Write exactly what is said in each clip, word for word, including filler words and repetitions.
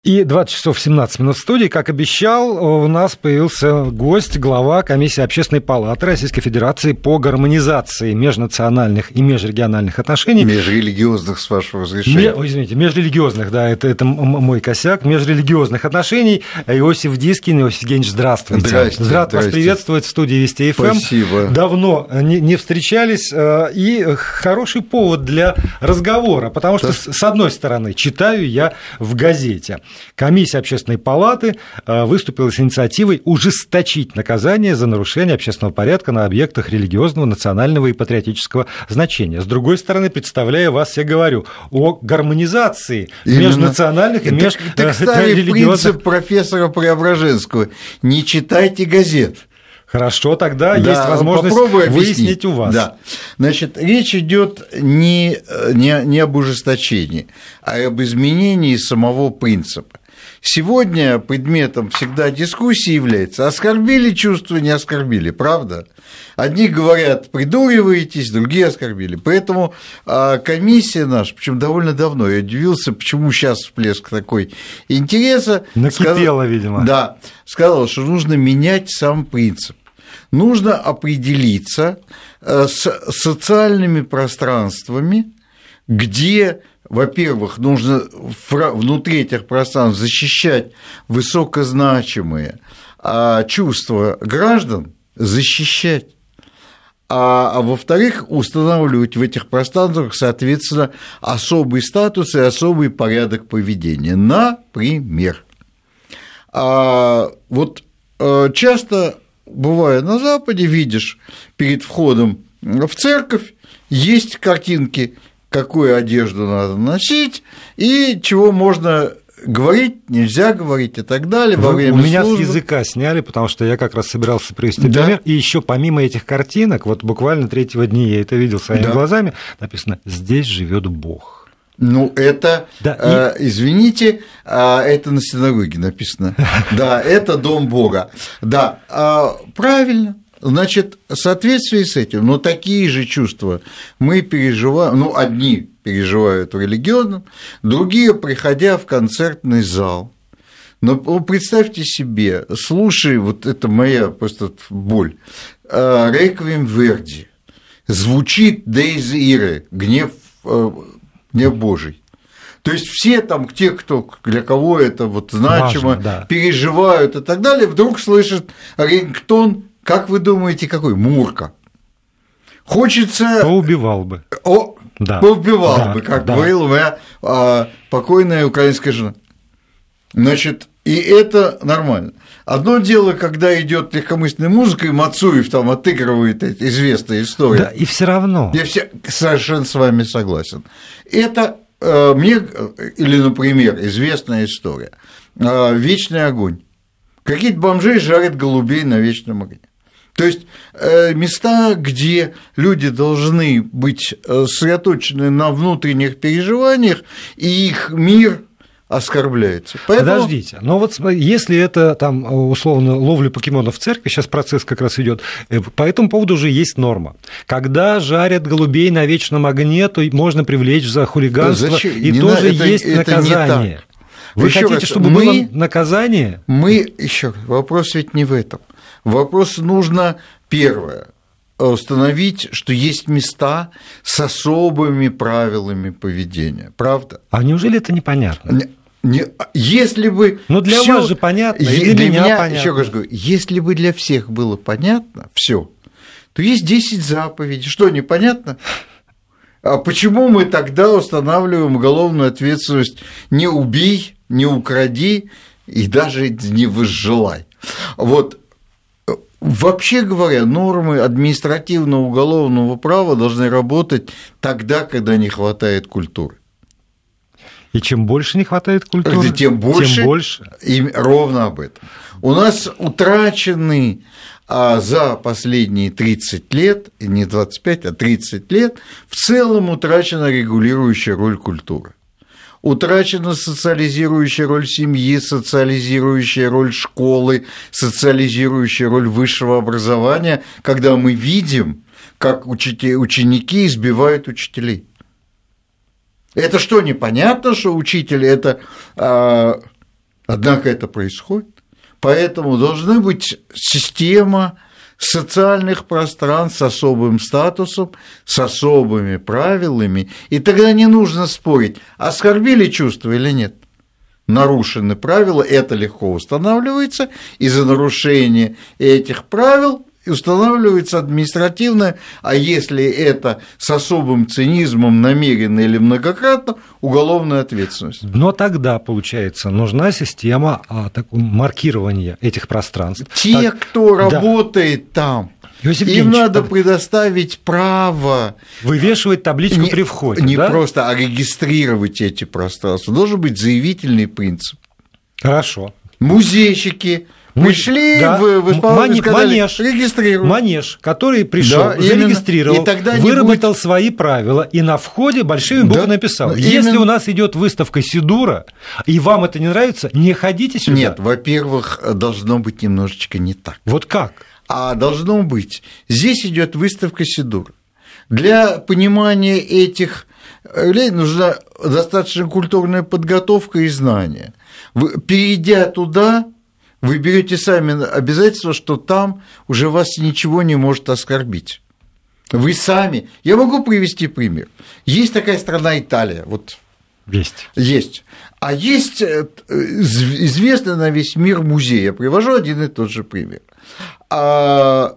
И двадцать часов семнадцать минут в студии. Как обещал, у нас появился гость, глава комиссии Общественной палаты Российской Федерации по гармонизации межнациональных и межрегиональных отношений. Межрелигиозных, с вашего разрешения. Ме... Извините, межрелигиозных, да, это, это мой косяк. Межрелигиозных отношений. Иосиф Дискин. Иосиф Евгеньевич, здравствуйте. Здрасте. Рад вас приветствовать в студии Вести эф эм. Спасибо. Давно не, не встречались. И хороший повод для разговора, потому что, да. С одной стороны, читаю я в газете. Комиссия Общественной палаты выступила с инициативой ужесточить наказание за нарушение общественного порядка на объектах религиозного, национального и патриотического значения. С другой стороны, представляя вас, я говорю о гармонизации Именно. межнациональных и межрелигиозных. Так старый принцип профессора Преображенского: не читайте газет. Хорошо, тогда да, есть возможность выяснить у вас. Да. Значит, речь идет не, не, не об ужесточении, а об изменении самого принципа. Сегодня предметом всегда дискуссии является: оскорбили чувства, не оскорбили, правда? Одни говорят, придуриваетесь, другие оскорбили. Поэтому комиссия наша, причем довольно давно, я удивился, почему сейчас всплеск такой интереса. Накипело, сказал, видимо. Да, сказал, что нужно менять сам принцип. Нужно определиться с социальными пространствами, где, во-первых, нужно внутри этих пространств защищать высокозначимые чувства граждан, защищать, а, а во-вторых, устанавливать в этих пространствах, соответственно, особый статус и особый порядок поведения. Например, вот часто, бывая на Западе, видишь перед входом в церковь, есть картинки, какую одежду надо носить и чего можно говорить, нельзя говорить и так далее во время службы. У меня службы. С языка сняли, потому что я как раз собирался привести да. пример. И еще помимо этих картинок, вот буквально третьего дня я это видел своими да. глазами, написано: «Здесь живет Бог». Ну, это, да, э, и... извините, э, это на синагоге написано. Да, это дом Бога. Да, э, правильно. Значит, в соответствии с этим, но такие же чувства мы переживаем, ну, одни переживают в религиозном, другие, приходя в концертный зал. Но представьте себе, слушай, вот это моя просто боль, «Реквием Верди», звучит «Дейз Ире», гнев, гнев Божий. То есть все там, те, кто, для кого это вот значимо, важно, да. переживают и так далее, вдруг слышат рингтон. Как вы думаете, какой? Мурка. Хочется... Поубивал бы. О, да. Поубивал да, бы, как да. говорила моя а, покойная украинская жена. Значит, и это нормально. Одно дело, когда идет легкомысленная музыка, и Мацуев там отыгрывает эти известные истории. Да, и все равно. Я все, совершенно с вами согласен. Это а, мне, или, например, известная история. А, «Вечный огонь». Какие-то бомжи жарят голубей на вечном огне. То есть места, где люди должны быть сосредоточены на внутренних переживаниях, и их мир оскорбляется. Поэтому... Подождите, но вот если это там условно ловля покемонов в церкви, сейчас процесс как раз идет, по этому поводу уже есть норма. Когда жарят голубей на вечном огне, то можно привлечь за хулиганство, Зачем? и не тоже это, есть это наказание. Вы еще хотите, раз, чтобы мы, было наказание? Мы еще вопрос ведь не в этом. Вопрос нужно первое установить, что есть места с особыми правилами поведения, правда? А неужели это непонятно? Не, не, если бы. Ну для всё, вас же понятно, и для, для меня, меня понятно. Еще раз говорю, если бы для всех было понятно все, то есть десять заповедей. Что непонятно? А почему мы тогда устанавливаем уголовную ответственность «не убей», «не укради» и даже «не возжелай»? Вот, вообще говоря, нормы административного уголовного права должны работать тогда, когда не хватает культуры. И чем больше не хватает культуры, тем больше, тем больше. И ровно об этом. У нас утрачены а за последние тридцать лет, и не двадцать пять, а тридцать лет, в целом утрачена регулирующая роль культуры. Утрачена социализирующая роль семьи, социализирующая роль школы, социализирующая роль высшего образования, когда мы видим, как ученики избивают учителей. Это что, непонятно, что учитель – это Однако это происходит. Поэтому должна быть система социальных пространств с особым статусом, с особыми правилами, и тогда не нужно спорить, оскорбили чувства или нет. Нарушены правила, это легко устанавливается, и за нарушение этих правил устанавливается административное, а если это с особым цинизмом, намеренно или многократно, уголовная ответственность. Но тогда, получается, нужна система а, так, маркирования этих пространств. Те, так, кто да. работает там, Иосиф им надо там... предоставить право вывешивать табличку не, при входе. Не да? просто, а регистрировать эти пространства. Должен быть заявительный принцип. Хорошо. Музейщики пришли да. в, в исполнение, сказали, манеж, регистрируем. Манеж, который пришел, да, зарегистрировал, выработал будет... свои правила и на входе большими буквами да, написал. Если именно... у нас идет выставка Сидура, и вам это не нравится, не ходите сюда. Нет, во-первых, должно быть немножечко не так. Вот как? А должно быть. Здесь идет выставка Сидура. Для понимания этих людей нужна достаточно культурная подготовка и знания. Вы, перейдя туда, вы берете сами обязательство, что там уже вас ничего не может оскорбить. Вы сами. Я могу привести пример. Есть такая страна Италия. Вот. Есть. Есть. А есть известный на весь мир музей. Я привожу один и тот же пример. А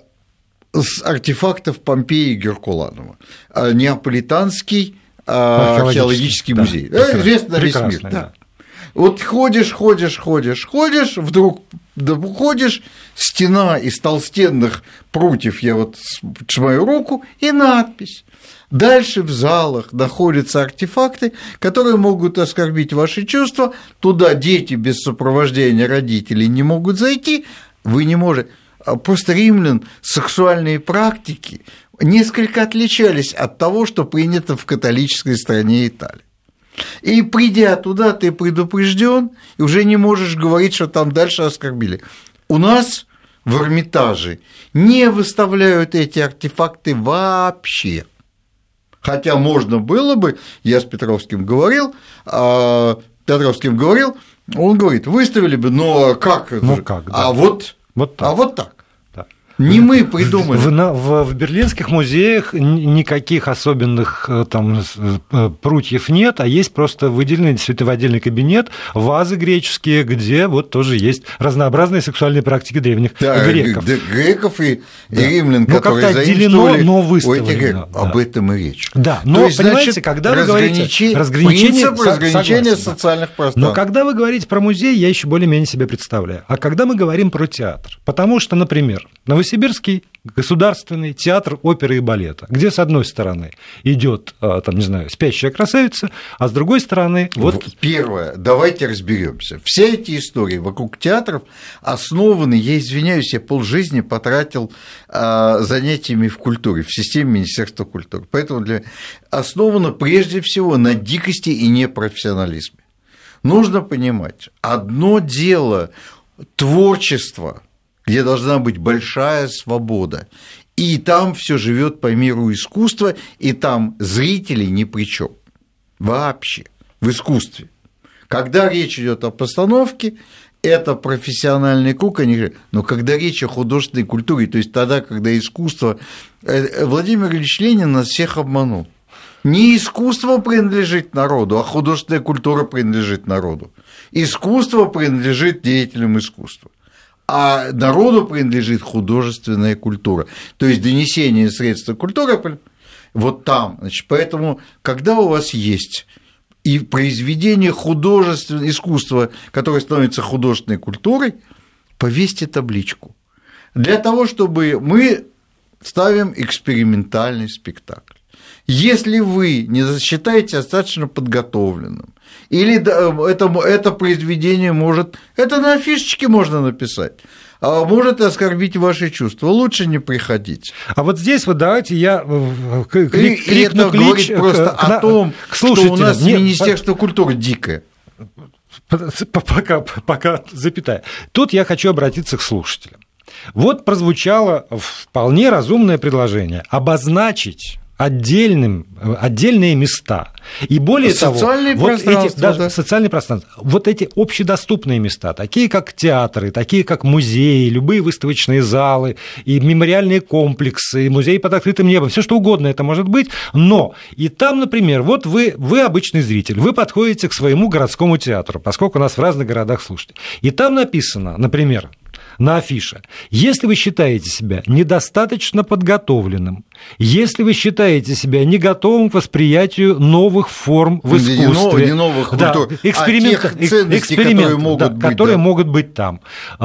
с артефактов Помпеи и Геркуланума. Неаполитанский археологический, археологический музей. Да, известный на весь мир. Да. Да. Вот ходишь, ходишь, ходишь, ходишь, вдруг ходишь, стена из толстенных прутьев, я вот сжимаю руку, и надпись. Дальше в залах находятся артефакты, которые могут оскорбить ваши чувства, туда дети без сопровождения родителей не могут зайти, вы не можете. Просто римлян сексуальные практики несколько отличались от того, что принято в католической стране Италии. И придя туда, ты предупрежден, и уже не можешь говорить, что там дальше оскорбили. У нас в Эрмитаже не выставляют эти артефакты вообще. Хотя можно было бы, я с Петровским говорил, а Петровским говорил, он говорит, выставили бы, но как? Ну как, да. А вот, вот так. А вот так. Не мы придумали. В, в, в берлинских музеях никаких особенных там прутьев нет, а есть просто выделенный, действительно, в отдельный кабинет вазы греческие, где вот тоже есть разнообразные сексуальные практики древних да, греков. Греков и, да. и римлян, ну, которые заимствовали но выставлено. Да. Об этом и речь. Да, но, То есть, понимаете, значит, когда вы говорите разграничение, принцип разграничения согласен, социальных да. пространств. Но когда вы говорите про музей, я еще более-менее себе представляю. А когда мы говорим про театр, потому что, например, Новосибирский государственный театр оперы и балета, где с одной стороны идет, там, не знаю, «Спящая красавица», а с другой стороны вот... Первое, давайте разберемся. Все эти истории вокруг театров основаны, я извиняюсь, я полжизни потратил а, занятиями в культуре, в системе Министерства культуры, поэтому для... основано прежде всего на дикости и непрофессионализме. Нужно понимать, одно дело творчество, где должна быть большая свобода, и там все живет по миру искусства, и там зрители ни при чем вообще в искусстве. Когда речь идет о постановке, это профессиональный круг, они говорят, но когда речь о художественной культуре, то есть тогда, когда искусство, Владимир Ильич Ленин нас всех обманул. Не искусство принадлежит народу, а художественная культура принадлежит народу. Искусство принадлежит деятелям искусства. А народу принадлежит художественная культура, то есть донесение средств культуры вот там. Значит, поэтому, когда у вас есть и произведение художественного искусства, которое становится художественной культурой, повесьте табличку. Для того, чтобы мы ставим экспериментальный спектакль. Если вы не считаете достаточно подготовленным, или это, это произведение может, это на афишечке можно написать, а может оскорбить ваши чувства, лучше не приходить. А вот здесь вот давайте я крик, и это клич говорит просто к, о том, к что у нас не, Министерство культуры дикое. Пока, пока запятая. Тут я хочу обратиться к слушателям. Вот прозвучало вполне разумное предложение обозначить отдельным, отдельные места. И более социальные того, вот эти, даже да. социальные пространства, вот эти общедоступные места, такие как театры, такие как музеи, любые выставочные залы, и мемориальные комплексы, и музеи под открытым небом, все что угодно это может быть, но и там, например, вот вы, вы обычный зритель, вы подходите к своему городскому театру, поскольку у нас в разных городах слушают, и там написано, например, на афише: если вы считаете себя недостаточно подготовленным, если вы считаете себя не готовым к восприятию новых форм в искусстве, не новых да, культур, эксперимент, а тех ценностей, эксперимент, которые могут да, быть, которые да. могут быть там.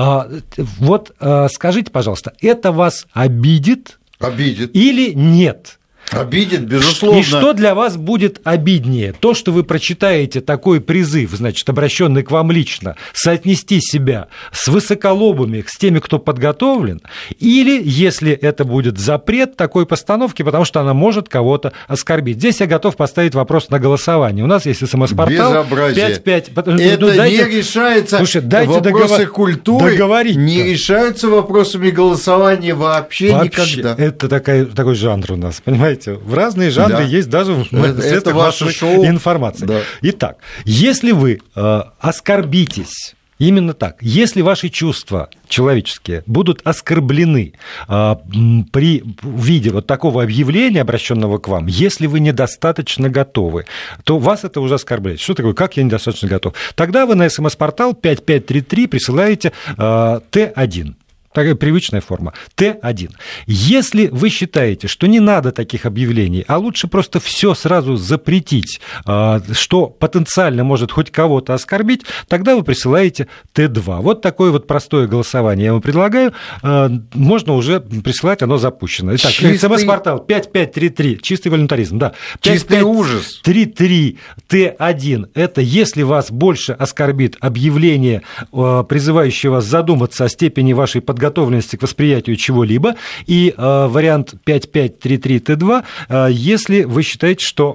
Вот скажите, пожалуйста, это вас обидит, обидит. или нет? Обидит, безусловно. И что для вас будет обиднее? То, что вы прочитаете такой призыв, значит, обращенный к вам лично, соотнести себя с высоколобыми, с теми, кто подготовлен, или если это будет запрет такой постановки, потому что она может кого-то оскорбить. Здесь я готов поставить вопрос на голосование. У нас есть СМС-портал. Безобразие. пять пять. Это ну, дайте... не решается. Слушай, дайте вопросы договор... культуры договорить-то. Не решаются вопросами голосования вообще, вообще никогда. Это такая, такой жанр у нас, понимаете? В разные жанры да. есть даже в средствах массовой шоу. информации. Да. Итак, если вы э, оскорбитесь, именно так, если ваши чувства человеческие будут оскорблены э, при виде вот такого объявления, обращенного к вам, если вы недостаточно готовы, то вас это уже оскорбляет. Что такое, как я недостаточно готов? Тогда вы на СМС-портал пять пять три три присылаете э, Т один. Такая привычная форма. Т один. Если вы считаете, что не надо таких объявлений, а лучше просто все сразу запретить, что потенциально может хоть кого-то оскорбить, тогда вы присылаете Т два. Вот такое вот простое голосование я вам предлагаю. Можно уже присылать, оно запущено. Итак, чистый... СМС-портал пять пять три три. Чистый волюнтаризм, да. Чистый ужас. три три Т один. Это если вас больше оскорбит объявление, призывающее вас задуматься о степени вашей подготовки, готовности к восприятию чего-либо, и э, вариант пять пять три три Т два, э, если вы считаете, что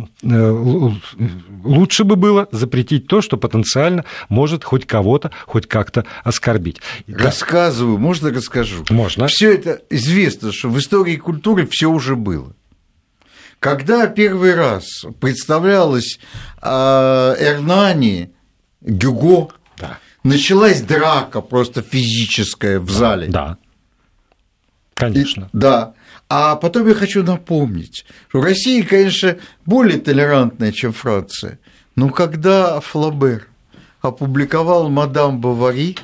э, лучше бы было запретить то, что потенциально может хоть кого-то, хоть как-то оскорбить. Рассказываю, можно расскажу? Можно. Все это известно, что в истории культуры все уже было. Когда первый раз представлялось э, Эрнани, Гюго, да. началась драка просто физическая в зале. Да, конечно. И, да. А потом я хочу напомнить, что Россия, конечно, более толерантная, чем Франция, но когда Флобер опубликовал «Мадам Бовари»,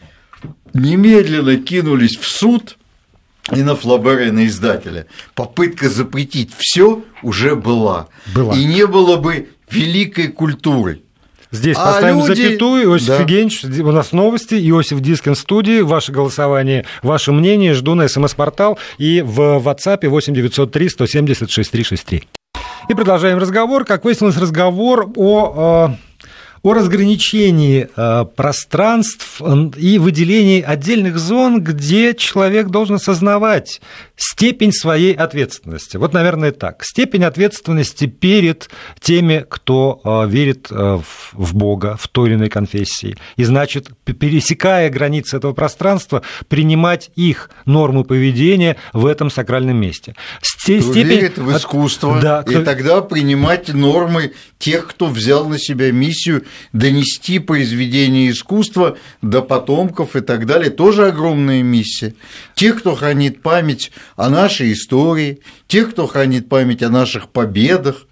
немедленно кинулись в суд и на Флобера, и на издателя. Попытка запретить все уже была. была. И не было бы великой культуры. Здесь а поставим люди... запятую. Иосиф да. Евгеньевич, у нас новости. Иосиф Дискин в студии. Ваше голосование, ваше мнение. Жду на СМС-портал и в WhatsApp восемь девятьсот три сто семьдесят шестьдесят три шестьдесят три. И продолжаем разговор. Как выяснилось, разговор о... о разграничении пространств и выделении отдельных зон, где человек должен осознавать степень своей ответственности. Вот, наверное, так. Степень ответственности перед теми, кто верит в Бога, в той или иной конфессии. И, значит, пересекая границы этого пространства, принимать их нормы поведения в этом сакральном месте. Кто степень... верит в искусство, да, и кто... тогда принимать нормы тех, кто взял на себя миссию донести произведение искусства до потомков и так далее, тоже огромная миссия. Те, кто хранит память о нашей истории, те, кто хранит память о наших победах.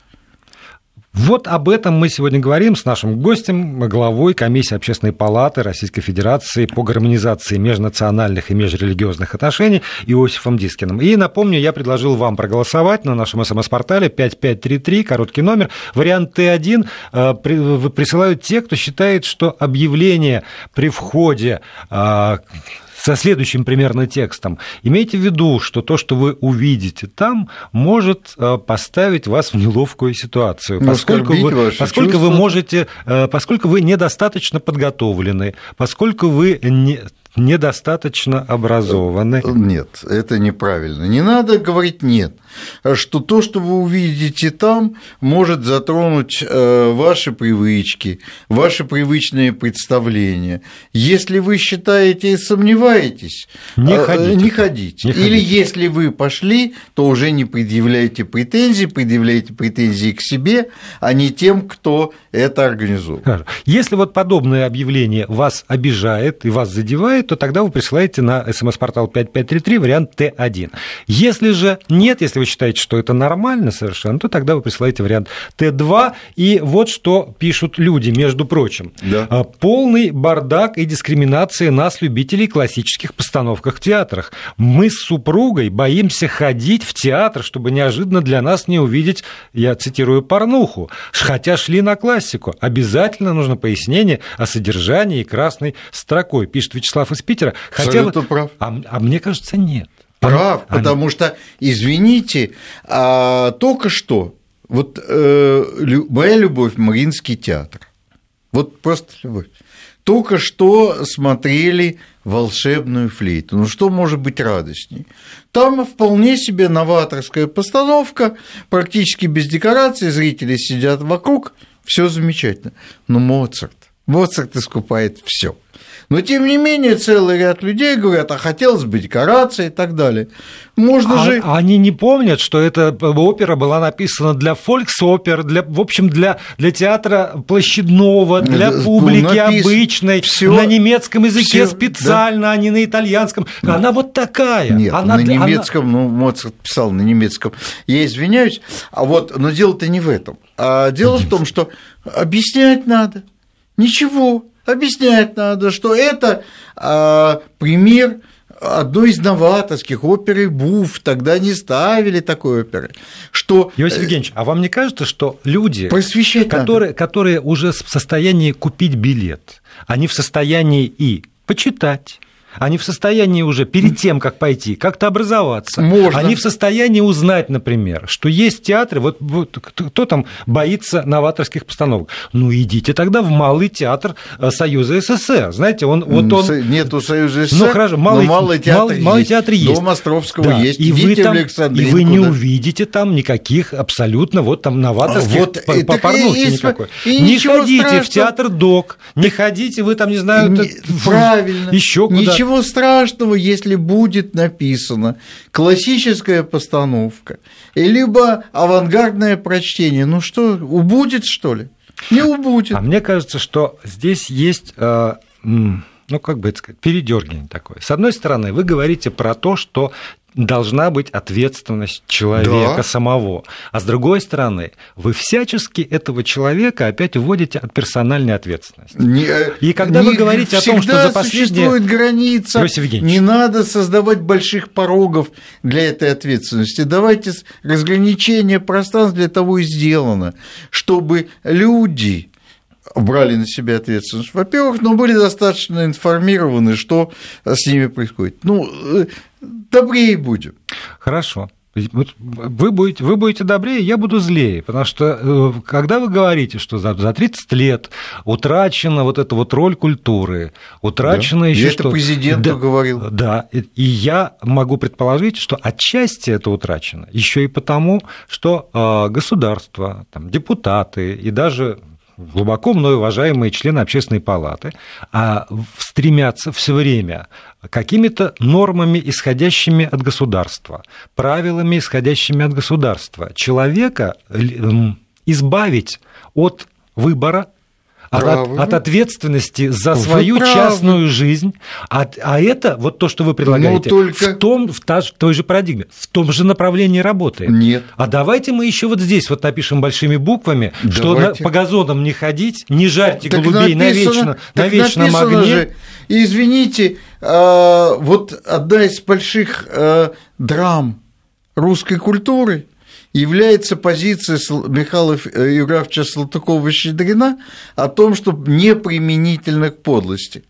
Вот об этом мы сегодня говорим с нашим гостем, главой комиссии Общественной палаты Российской Федерации по гармонизации межнациональных и межрелигиозных отношений Иосифом Дискиным. И напомню, я предложил вам проголосовать на нашем СМС-портале пять пять три три, короткий номер. Вариант Т один присылают те, кто считает, что объявление при входе со следующим примерно текстом. Имейте в виду, что то, что вы увидите там, может поставить вас в неловкую ситуацию, поскольку, вы, поскольку вы можете, поскольку вы недостаточно подготовлены, поскольку вы не, недостаточно образованы. Нет, это неправильно. Не надо говорить «нет», что то, что вы увидите там, может затронуть ваши привычки, ваши привычные представления. Если вы считаете и сомневаетесь, не ходите. Не ходите. Не Или ходите. если вы пошли, то уже не предъявляйте претензий, предъявляйте претензии к себе, а не тем, кто это организует. Если вот подобное объявление вас обижает и вас задевает, то тогда вы присылаете на смс-портал пять пять три три вариант Т один. Если же нет, если вы считаете, что это нормально совершенно, то тогда вы присылаете вариант Т два. И вот что пишут люди, между прочим. Да. Полный бардак и дискриминация нас, любителей классических постановок в театрах. Мы с супругой боимся ходить в театр, чтобы неожиданно для нас не увидеть, я цитирую, порнуху. Хотя шли на классику. Обязательно нужно пояснение о содержании красной строкой, пишет Вячеслав из Питера. Хотя Абсолютно прав. А, а мне кажется, нет. Прав, а, потому а... что, извините, а, только что, вот э, лю, моя любовь в Мариинский театр, вот просто любовь. Только что смотрели «Волшебную флейту». Ну, что может быть радостней? Там вполне себе новаторская постановка, практически без декораций, зрители сидят вокруг, все замечательно. Но Моцарт, Моцарт искупает все. Но, тем не менее, целый ряд людей говорят, а хотелось бы декорации и так далее. Можно а, же... Они не помнят, что эта опера была написана для фольксопер, для, в общем, для, для театра площадного, для публики Напис... обычной, всё... на немецком языке всё... специально, да. а не на итальянском. Да. Она вот такая. Нет, она... на немецком, она... ну, Моцарт писал на немецком, я извиняюсь, а вот, но дело-то не в этом. А дело в том, что объяснять надо. Ничего. Объяснять надо, что это а, пример одной из новаторских, оперы «Буф», тогда не ставили такой оперы. Что... Иосиф Евгеньевич, а вам не кажется, что люди, которые, надо. которые уже в состоянии купить билет, они в состоянии и почитать, они в состоянии уже перед тем, как пойти, как-то образоваться. Можно. Они в состоянии узнать, например, что есть театры, вот, вот кто там боится новаторских постановок. Ну, идите тогда в Малый театр Союза СССР. Знаете, он... Вот он... Нету Союза СССР, ну, хорошо, Малый, но Малый театр, малый, малый театр есть. Дом Островского да. есть. И идите вы, там, в и вы не увидите там никаких абсолютно вот там новаторских вот, по порнухи и, никакой. И не ходите страшного. В театр ДОК, не ходите, вы там, не знаю... Не, правильно. Еще куда-то. Ничего страшного, если будет написано классическая постановка, либо авангардное прочтение. Ну что, убудет, что ли? Не убудет. А мне кажется, что здесь есть... ну, как бы это сказать, передёргивание такое. С одной стороны, вы говорите про то, что должна быть ответственность человека да. самого, а с другой стороны, вы всячески этого человека опять уводите от персональной ответственности. Не, И когда не, вы говорите о том, что за последние... существует граница, не надо создавать больших порогов для этой ответственности. Давайте разграничение пространств для того и сделано, чтобы люди... брали на себя ответственность, во-первых, но были достаточно информированы, что с ними происходит. Ну, добрее будем. Хорошо. Вы будете, вы будете добрее, я буду злее, потому что когда вы говорите, что за, за тридцать лет утрачена вот эта вот роль культуры, утрачена да. еще что... это президент да, говорил. Да, и я могу предположить, что отчасти это утрачено еще и потому, что государство, там, депутаты и даже... глубоко мной уважаемые члены Общественной палаты стремятся все время какими-то нормами, исходящими от государства, правилами, исходящими от государства, человека избавить от выбора, От, от ответственности за вы свою правы. частную жизнь, а, а это, вот то, что вы предлагаете, только... в, том, в, та, в той же парадигме, в том же направлении работает. Нет. А давайте мы еще вот здесь вот напишем большими буквами, давайте. Что на, по газонам не ходить, не жарьте так голубей написано, на, вечно, на вечном огне. Же. И извините, вот одна из больших драм русской культуры является позиция Михаила Евграфовича Салтыкова-Щедрина о том, что не применительно к подлости.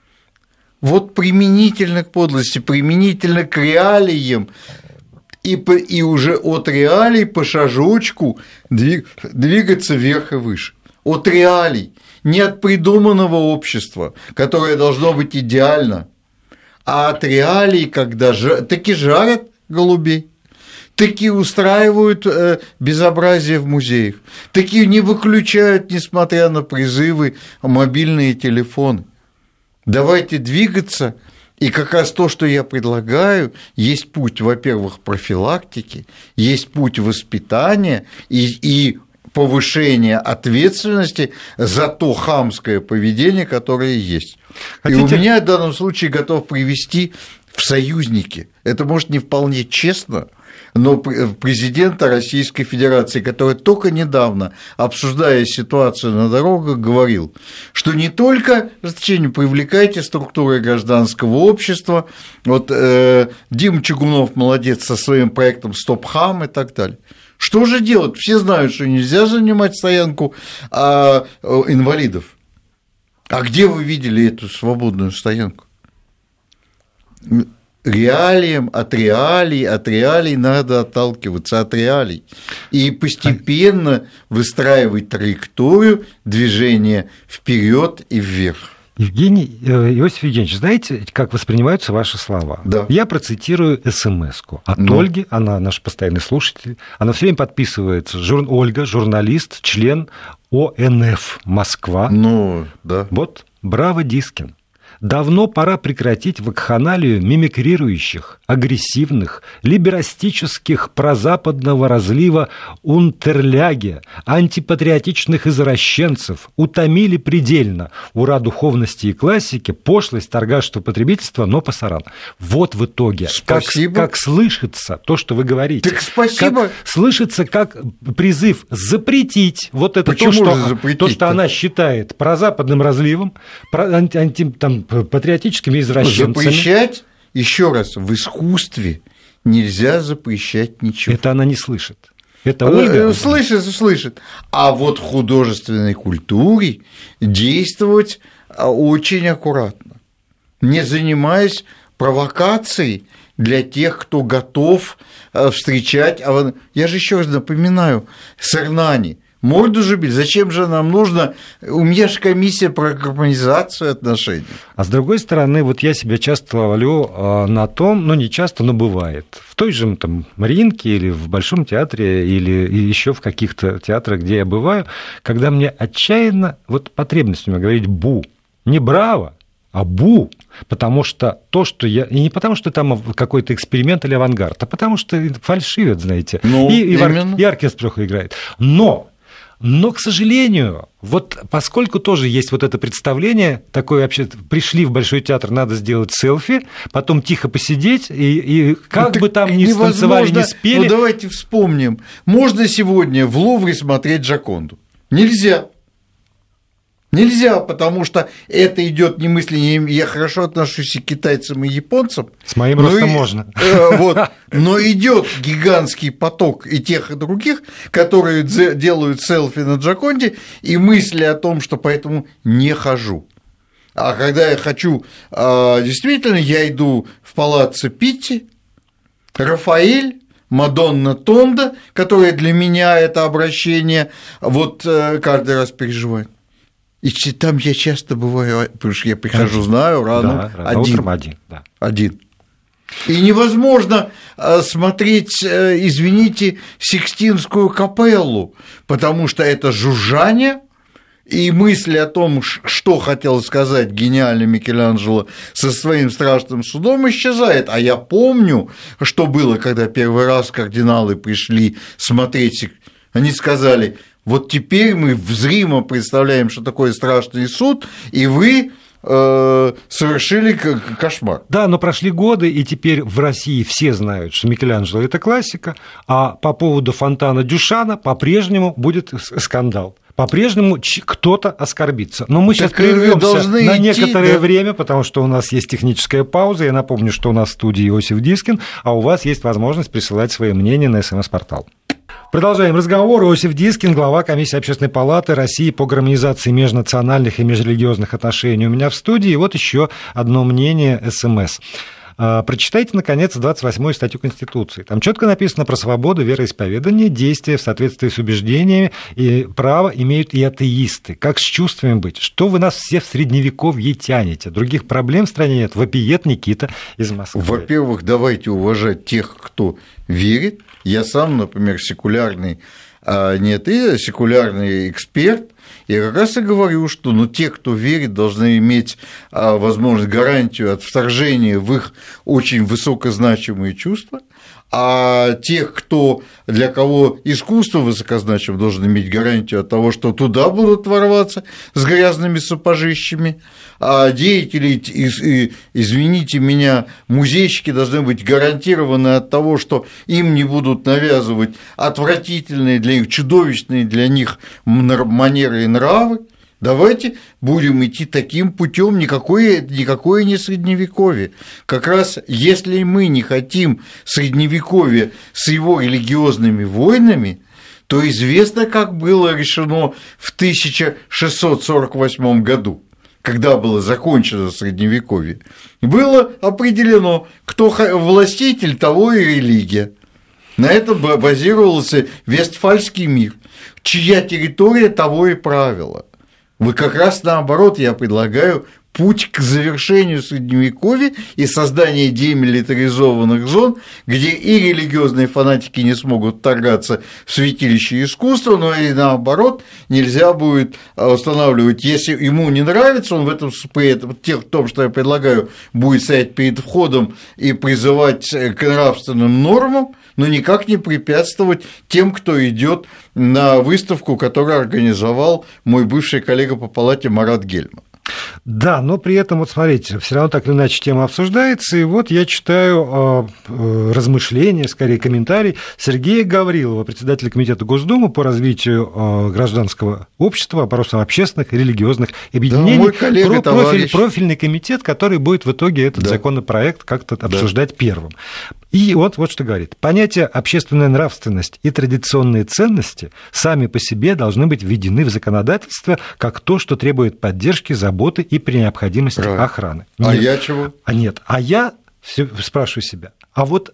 Вот применительно к подлости, применительно к реалиям, и, по, и уже от реалий по шажочку двиг, двигаться вверх и выше. От реалий, не от придуманного общества, которое должно быть идеально, А от реалий, когда жар... таки жарят голубей, таки устраивают э, безобразие в музеях, таки не выключают, несмотря на призывы, мобильные телефоны. Давайте двигаться. И как раз то, что я предлагаю, есть путь, во-первых, профилактики, есть путь воспитания и, и повышения ответственности за то хамское поведение, которое есть. Хотите... И у меня в данном случае готов привести в союзники. Это, может, не вполне честно, но президента Российской Федерации, который только недавно, обсуждая ситуацию на дорогах, говорил, что не только, значение, привлекайте структуры гражданского общества, вот э, Дима Чугунов молодец со своим проектом «Стоп хам» и так далее. Что же делать? Все знают, что нельзя занимать стоянку а, инвалидов. А где вы видели эту свободную стоянку? Реалиям, от реалий, от реалий надо отталкиваться, от реалий. И постепенно выстраивать траекторию движения вперед и вверх. Евгений Иосиф Евгеньевич, знаете, как воспринимаются ваши слова? Да. Я процитирую эс-эм-эску от ну. Ольги, она наш постоянный слушатель, она все время подписывается, Жур... Ольга, журналист, член о эн эф Москва. Ну, да. Вот, браво, Дискин. Давно пора прекратить вакханалию мимикрирующих, агрессивных, либерастических прозападного разлива унтерляги, антипатриотичных извращенцев, утомили предельно ура духовности и классики, пошлость, торгашество, потребительство, но пасаран. Вот в итоге, как, как слышится то, что вы говорите. Так спасибо. Как слышится как призыв запретить вот это то, что, то, что она считает прозападным разливом, про, анти, анти, там, патриотическими извращенцами. Запрещать, еще раз, в искусстве нельзя запрещать ничего. Это она не слышит. Это Ольга. Слышит, слышит. А вот в художественной культуре действовать очень аккуратно, не занимаясь провокацией для тех, кто готов встречать. Я же еще раз напоминаю, Сарнани. Морду же бить, зачем же нам нужно? У меня же комиссия про гармонизацию отношений. А с другой стороны, вот я себя часто ловлю на том, ну не часто, но бывает, в той же там Мариинке или в Большом театре, или еще в каких-то театрах, где я бываю, когда мне отчаянно, вот потребность у меня говорить «бу», не «браво», а «бу», потому что то, что я... И не потому, что там какой-то эксперимент или авангард, а потому что фальшивят, знаете, ну, и, и, и оркестр плохо играет. Но... Но, к сожалению, вот поскольку тоже есть вот это представление, такое вообще, пришли в Большой театр, надо сделать селфи, потом тихо посидеть, и, и как ну, бы там ни станцевали, ни спели... Ну, давайте вспомним. Можно сегодня в Лувре смотреть Джоконду? Нельзя. Нельзя, потому что это идет немысленно. Я хорошо отношусь и к китайцам, и японцам. С моим ростом и, можно. Э, вот, но идет гигантский поток и тех, и других, которые делают селфи на Джоконде, и мысли о том, что поэтому не хожу. А когда я хочу, действительно, я иду в палаццо Питти, Рафаэль, Мадонна Тонда, которая для меня это обращение, вот каждый раз переживает. И там я часто бываю, потому что я прихожу, один. Знаю, рано, да, один. Утром один, да. Один. И невозможно смотреть, извините, Сикстинскую капеллу, потому что это жужжание, и мысли о том, что хотел сказать гениальный Микеланджело со своим страшным судом, исчезает. А я помню, что было, когда первый раз кардиналы пришли смотреть, они сказали... Вот теперь мы зримо представляем, что такое страшный суд, и вы э, совершили кошмар. Да, но прошли годы, и теперь в России все знают, что Микеланджело – это классика, а по поводу фонтана Дюшана по-прежнему будет скандал. По-прежнему кто-то оскорбится. Но мы так сейчас прервемся на идти, некоторое да? время, потому что у нас есть техническая пауза. Я напомню, что у нас в студии Иосиф Дискин, а у вас есть возможность присылать свои мнения на эс эм эс-портал. Продолжаем разговор. Иосиф Дискин, глава комиссии Общественной палаты России по гармонизации межнациональных и межрелигиозных отношений. У меня в студии вот еще одно мнение эс эм эс. Прочитайте, наконец, двадцать восьмую статью Конституции. Там четко написано про свободу вероисповедания, действия в соответствии с убеждениями, и право имеют и атеисты. Как с чувствами быть? Что вы нас все в средневековье тянете? Других проблем в стране нет. Вопиет Никита из Москвы. Во-первых, давайте уважать тех, кто верит. Я сам, например, секулярный, а не ты, секулярный эксперт. Я как раз и говорю, что ну, те, кто верит, должны иметь а, возможность, гарантию от вторжения в их очень высокозначимые чувства, а тех, кто, для кого искусство высокозначимо, должен иметь гарантию от того, что туда будут ворваться с грязными сапожищами, а деятели, извините меня, музейщики должны быть гарантированы от того, что им не будут навязывать отвратительные для них, чудовищные для них манеры и нравы. Давайте будем идти таким путем, никакое, никакое не средневековье. Как раз если мы не хотим средневековья с его религиозными войнами, то известно, как было решено в тысяча шестьсот сорок восьмом году, когда было закончено Средневековье. Было определено, кто властитель, того и религия. На этом базировался Вестфальский мир, чья территория, того и правила. Вы как раз наоборот, я предлагаю путь к завершению Средневековья и созданию демилитаризованных зон, где и религиозные фанатики не смогут вторгаться в святилище искусства, но и наоборот нельзя будет устанавливать, если ему не нравится, он в этом, в том, что я предлагаю, будет стоять перед входом и призывать к нравственным нормам, но никак не препятствовать тем, кто идет на выставку, которую организовал мой бывший коллега по палате Марат Гельман. Да, но при этом, вот смотрите, все равно так или иначе тема обсуждается, и вот я читаю э, размышления, скорее комментарий Сергея Гаврилова, председателя Комитета Госдумы по развитию э, гражданского общества, вопросам общественных и религиозных объединений, да, мой коллега, про профиль, профильный комитет, который будет в итоге этот да. законопроект как-то обсуждать да. первым. И вот, вот что говорит. Понятие общественная нравственность и традиционные ценности сами по себе должны быть введены в законодательство как то, что требует поддержки, заботы и при необходимости Правильно. охраны. Нет. А я чего? А нет, а я спрашиваю себя, а вот...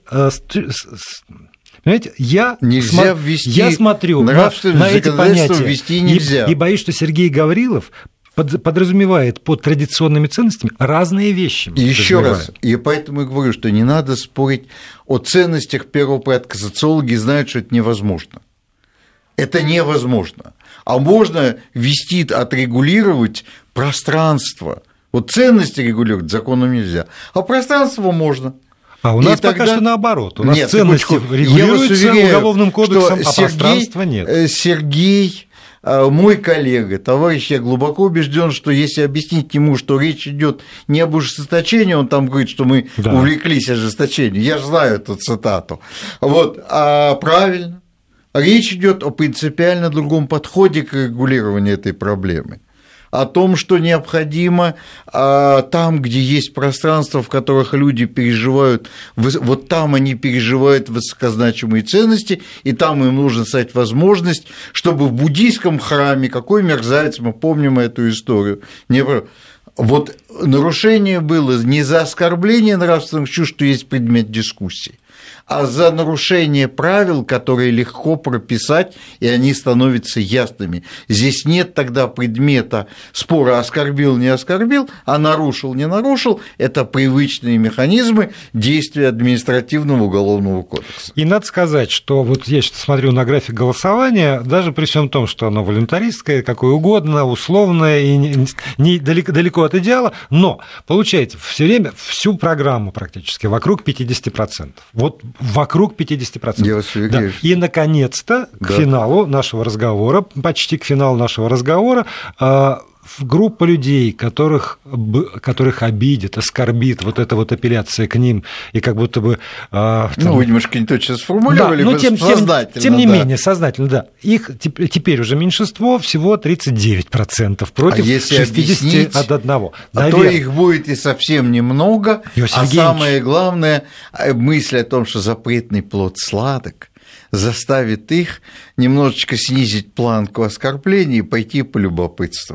Понимаете, я, нельзя смо... ввести я смотрю на, на эти понятия ввести нельзя. И, и боюсь, что Сергей Гаврилов подразумевает под традиционными ценностями разные вещи. И еще раз, и поэтому я говорю, что не надо спорить о ценностях первого порядка. Социологи знают, что это невозможно. Это невозможно. А можно ввести, отрегулировать пространство. Вот ценности регулировать законом нельзя, а пространство можно. А у нас и пока тогда... что наоборот. У нас нет, ценности регулируются уверяю, уголовным кодексом, а Сергей, пространства нет. Сергей, мой коллега, товарищ, я глубоко убежден, что если объяснить ему, что речь идет не об ужесточении, он там говорит, что мы да. увлеклись ожесточением, я же знаю эту цитату, вот, а правильно, речь идет о принципиально другом подходе к регулированию этой проблемы. О том, что необходимо а, там, где есть пространство, в которых люди переживают, вот там они переживают высокозначимые ценности, и там им нужно создать возможность, чтобы в буддийском храме, какой мерзавец, мы помним эту историю, не... вот нарушение было не за оскорбление нравственных чувств, что есть предмет дискуссии, а за нарушение правил, которые легко прописать, и они становятся ясными. Здесь нет тогда предмета спора оскорбил, не оскорбил, а нарушил, не нарушил. Это привычные механизмы действия административного уголовного кодекса. И надо сказать, что вот я сейчас смотрю на график голосования, даже при всем том, что оно волюнтаристское, какое угодно, условное и не, не далеко, далеко от идеала, но получается все время всю программу практически вокруг пятьдесят процентов. Вот вокруг пятьдесят процентов. Я вас уверяю. Да. И, наконец-то, к да. финалу нашего разговора, почти к финалу нашего разговора, группа людей, которых, которых обидит, оскорбит вот эта вот апелляция к ним, и как будто бы... Там... Ну, вы немножко не точно сформулировали, да, но тем, сознательно. Тем, тем не да. менее, сознательно, да. Их теперь уже меньшинство, всего тридцать девять процентов против а шестьдесят один. А то их будет и совсем немного, Иосиф а Евгеньевич. Самое главное, мысль о том, что запретный плод сладок, заставит их немножечко снизить планку оскорблений и пойти полюбопытствовать.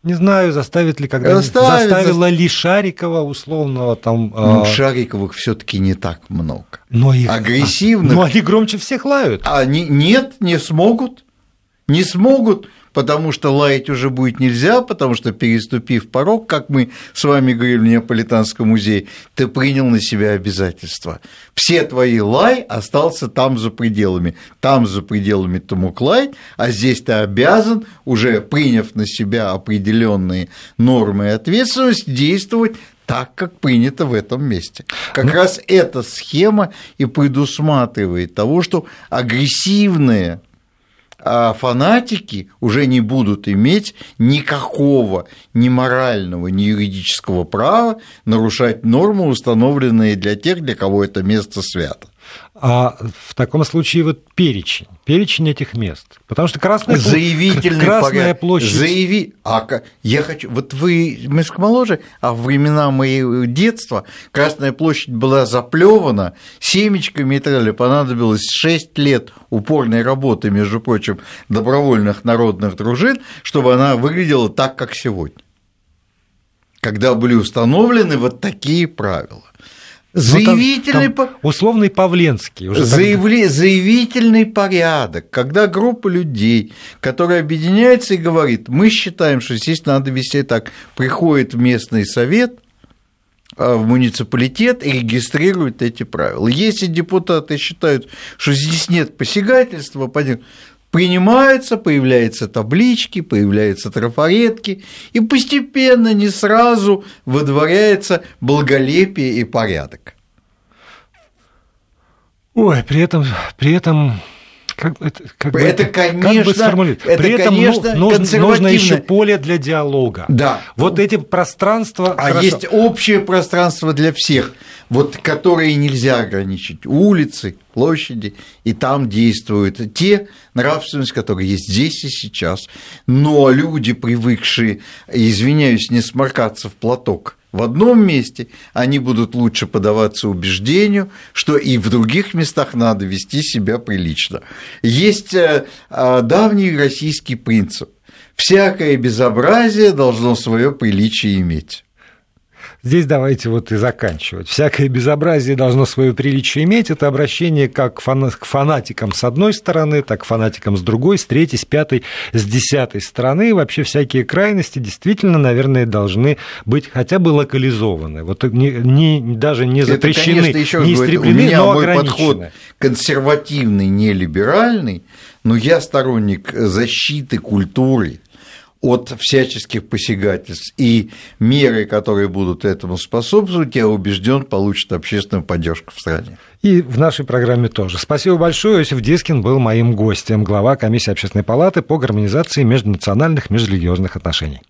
Не знаю, заставит ли когда-нибудь, заставила ли Шарикова условного там... Ну, э... Шариковых все-таки не так много. Но их... Агрессивных... Но они громче всех лают. Они... Нет, не смогут. Не смогут, потому что лаять уже будет нельзя, потому что, переступив порог, как мы с вами говорили в Неаполитанском музее, ты принял на себя обязательства. Все твои лай остался там за пределами. Там за пределами ты мог лаять, а здесь ты обязан, уже приняв на себя определенные нормы и ответственность, действовать так, как принято в этом месте. Как ну... раз эта схема и предусматривает того, что агрессивные а фанатики уже не будут иметь никакого ни морального, ни юридического права нарушать нормы, установленные для тех, для кого это место свято. А в таком случае вот перечень, перечень этих мест, потому что Красная, Заявительный Красная поряд... площадь... Заяви... А я хочу... Вот вы немножко моложе, а в времена моего детства Красная площадь была заплевана семечками и так далее, понадобилось шесть лет упорной работы, между прочим, добровольных народных дружин, чтобы она выглядела так, как сегодня, когда были установлены вот такие правила. Заявительный, там, там условный Павленский. Уже заявли, заявительный порядок, когда группа людей, которая объединяется и говорит, мы считаем, что здесь надо вести так, приходит в местный совет, в муниципалитет и регистрирует эти правила. Если депутаты считают, что здесь нет посягательства, принимаются, появляются таблички, появляются трафаретки, и постепенно, не сразу выдворяется благолепие и порядок. Ой, при этом, при этом как, это, как, это, бы, конечно, как бы сформулировать? Это, при этом конечно, нужно, нужно еще поле для диалога. Да. Вот эти пространства. А хорошо. Есть общее пространство для всех, вот, которые нельзя ограничить. Улицы, площади, и там действуют те нравственности, которые есть здесь и сейчас. Но люди, привыкшие, извиняюсь, не сморкаться в платок в одном месте, они будут лучше поддаваться убеждению, что и в других местах надо вести себя прилично. Есть давний российский принцип: всякое безобразие должно свое приличие иметь. Здесь давайте вот и заканчивать. Всякое безобразие должно свое приличие иметь. Это обращение как к фанатикам с одной стороны, так к фанатикам с другой, с третьей, с пятой, с десятой стороны. И вообще всякие крайности действительно, наверное, должны быть хотя бы локализованы. Вот не, не, даже не запрещены, это, конечно, не истреблены, у меня но мой ограничены. Подход консервативный, не либеральный, но я сторонник защиты культуры от всяческих посягательств, и меры, которые будут этому способствовать, я убежден, получат общественную поддержку в стране. И в нашей программе тоже. Спасибо большое. Иосиф Дескин был моим гостем, глава комиссии Общественной палаты по гармонизации междунациональных межрелигиозных отношений.